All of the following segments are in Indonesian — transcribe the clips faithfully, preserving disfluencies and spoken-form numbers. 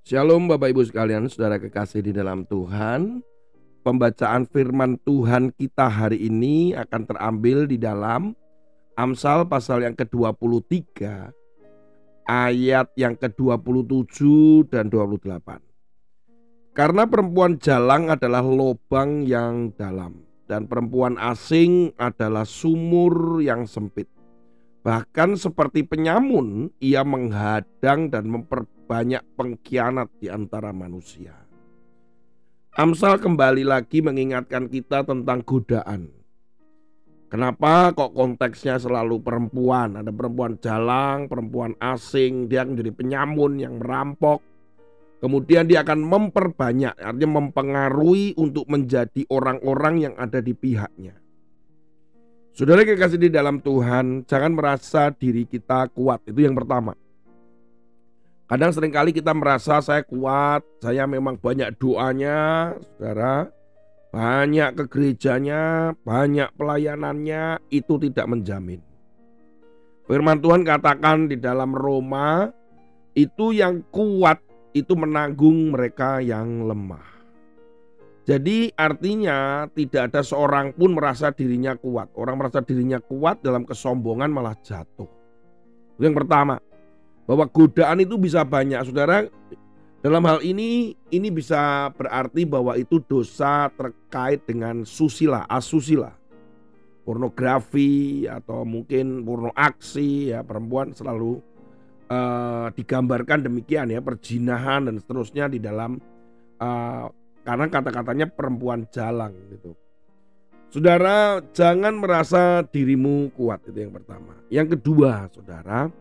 Shalom Bapak Ibu sekalian, saudara kekasih di dalam Tuhan. Pembacaan firman Tuhan kita hari ini akan terambil di dalam Amsal pasal yang kedua puluh tiga, ayat yang kedua puluh tujuh dan dua puluh delapan. Karena perempuan jalang adalah lobang yang dalam, dan perempuan asing adalah sumur yang sempit. Bahkan seperti penyamun, ia menghadang dan memperbanyak pengkhianat di antara manusia. Amsal kembali lagi mengingatkan kita tentang godaan. Kenapa kok konteksnya selalu perempuan? Ada perempuan jalang, perempuan asing, dia menjadi penyamun yang merampok. Kemudian dia akan memperbanyak, artinya mempengaruhi untuk menjadi orang-orang yang ada di pihaknya. Saudara kekasih di dalam Tuhan, jangan merasa diri kita kuat, itu yang pertama. Kadang seringkali kita merasa saya kuat, saya memang banyak doanya, saudara, banyak ke gerejanya, banyak pelayanannya, itu tidak menjamin. Firman Tuhan katakan di dalam Roma, itu yang kuat, itu menanggung mereka yang lemah. Jadi artinya tidak ada seorang pun merasa dirinya kuat. Orang merasa dirinya kuat dalam kesombongan malah jatuh. Yang pertama, bahwa godaan itu bisa banyak. Saudara, dalam hal ini, ini bisa berarti bahwa itu dosa terkait dengan susila, asusila. Pornografi atau mungkin porno aksi, ya, perempuan selalu uh, digambarkan demikian, ya, perzinahan dan seterusnya di dalam uh, karena kata-katanya perempuan jalang gitu. Saudara, jangan merasa dirimu kuat, itu yang pertama. Yang kedua, saudara,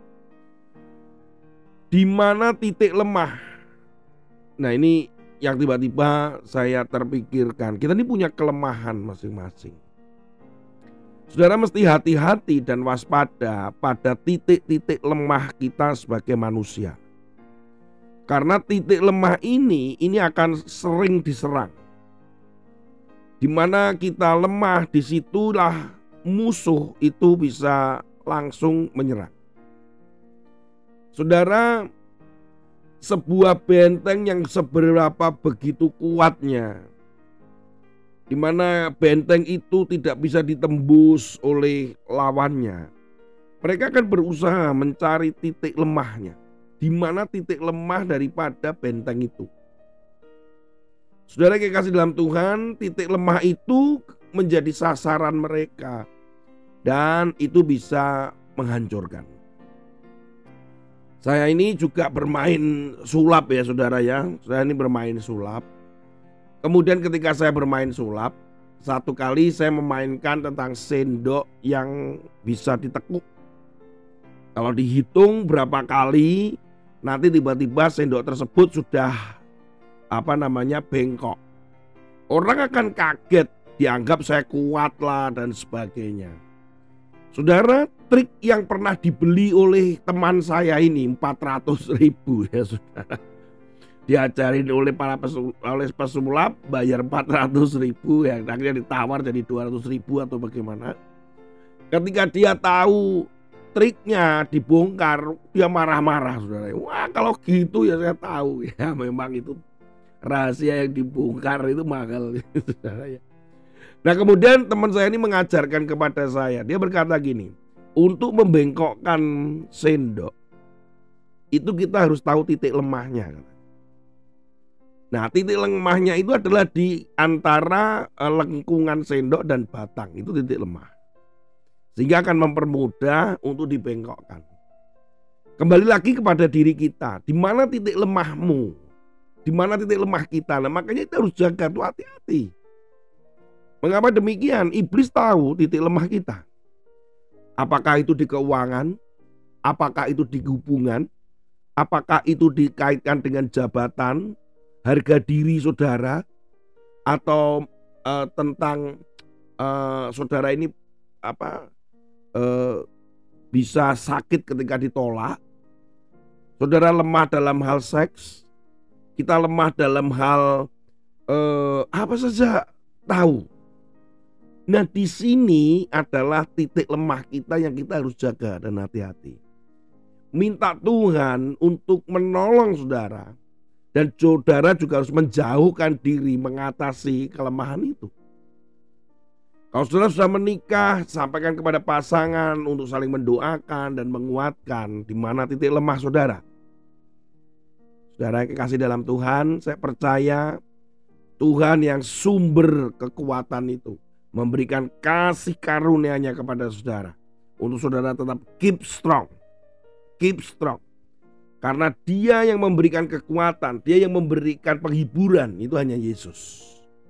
di mana titik lemah? Nah, ini yang tiba-tiba saya terpikirkan. Kita ini punya kelemahan masing-masing. Saudara mesti hati-hati dan waspada pada titik-titik lemah kita sebagai manusia. Karena titik lemah ini, ini akan sering diserang. Di mana kita lemah, disitulah musuh itu bisa langsung menyerang. Saudara, sebuah benteng yang seberapa begitu kuatnya, di mana benteng itu tidak bisa ditembus oleh lawannya. Mereka akan berusaha mencari titik lemahnya. Di mana titik lemah daripada benteng itu. Saudara yang kasih dalam Tuhan, titik lemah itu menjadi sasaran mereka. Dan itu bisa menghancurkan. Saya ini juga bermain sulap ya saudara ya. Saya ini bermain sulap. Kemudian ketika saya bermain sulap, satu kali saya memainkan tentang sendok yang bisa ditekuk. Kalau dihitung berapa kali, nanti tiba-tiba sendok tersebut sudah apa namanya bengkok. Orang akan kaget, dianggap saya kuat lah dan sebagainya. Saudara, trik yang pernah dibeli oleh teman saya ini empat ratus ribu ya saudara. Diajarin oleh para pesul, oleh pesulap, bayar empat ratus ribu, yang akhirnya ditawar jadi dua ratus ribu atau bagaimana. Ketika dia tahu triknya dibongkar, dia marah-marah saudara. Wah, kalau gitu ya saya tahu ya, memang itu rahasia yang dibongkar itu mahal saudara ya. Nah, kemudian teman saya ini mengajarkan kepada saya. Dia berkata gini, untuk membengkokkan sendok itu kita harus tahu titik lemahnya. Nah, titik lemahnya itu adalah di antara lengkungan sendok dan batang, itu titik lemah. Sehingga akan mempermudah untuk dibengkokkan. Kembali lagi kepada diri kita. Di mana titik lemahmu? Di mana titik lemah kita? Nah, makanya kita harus jaga tuh, hati-hati. Mengapa demikian? Iblis tahu titik lemah kita. Apakah itu di keuangan? Apakah itu di hubungan? Apakah itu dikaitkan dengan jabatan? Harga diri saudara? Atau uh, tentang uh, saudara ini apa? Uh, bisa sakit ketika ditolak. Saudara lemah dalam hal seks, kita lemah dalam hal uh, apa saja tahu. Nah, di sini adalah titik lemah kita yang kita harus jaga dan hati-hati. Minta Tuhan untuk menolong saudara Dan saudara juga harus menjauhkan diri mengatasi kelemahan itu. Kalau saudara sudah menikah, sampaikan kepada pasangan untuk saling mendoakan dan menguatkan di mana titik lemah saudara. Saudara yang kekasih dalam Tuhan, saya percaya Tuhan yang sumber kekuatan itu memberikan kasih karunia-Nya kepada saudara. Untuk saudara tetap keep strong. Keep strong. Karena Dia yang memberikan kekuatan, Dia yang memberikan penghiburan, itu hanya Yesus.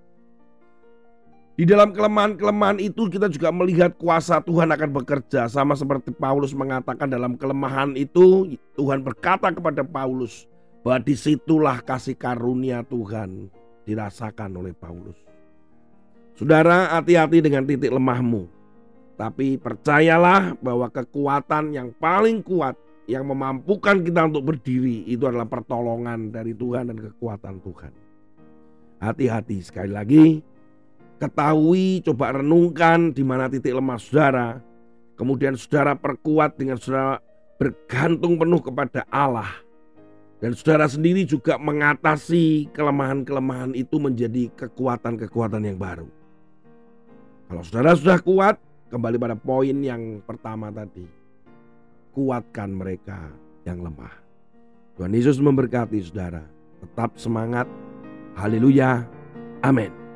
Di dalam kelemahan-kelemahan itu kita juga melihat kuasa Tuhan akan bekerja. Sama seperti Paulus mengatakan dalam kelemahan itu, Tuhan berkata kepada Paulus bahwa disitulah kasih karunia Tuhan dirasakan oleh Paulus. Saudara, hati-hati dengan titik lemahmu. Tapi percayalah bahwa kekuatan yang paling kuat yang memampukan kita untuk berdiri itu adalah pertolongan dari Tuhan dan kekuatan Tuhan. Hati-hati, sekali lagi. Ketahui, coba renungkan di mana titik lemah saudara. Kemudian saudara perkuat dengan saudara bergantung penuh kepada Allah. Dan saudara sendiri juga mengatasi kelemahan-kelemahan itu menjadi kekuatan-kekuatan yang baru. Kalau saudara sudah kuat, kembali pada poin yang pertama tadi. Kuatkan mereka yang lemah. Tuhan Yesus memberkati saudara. Tetap semangat. Haleluya. Amin.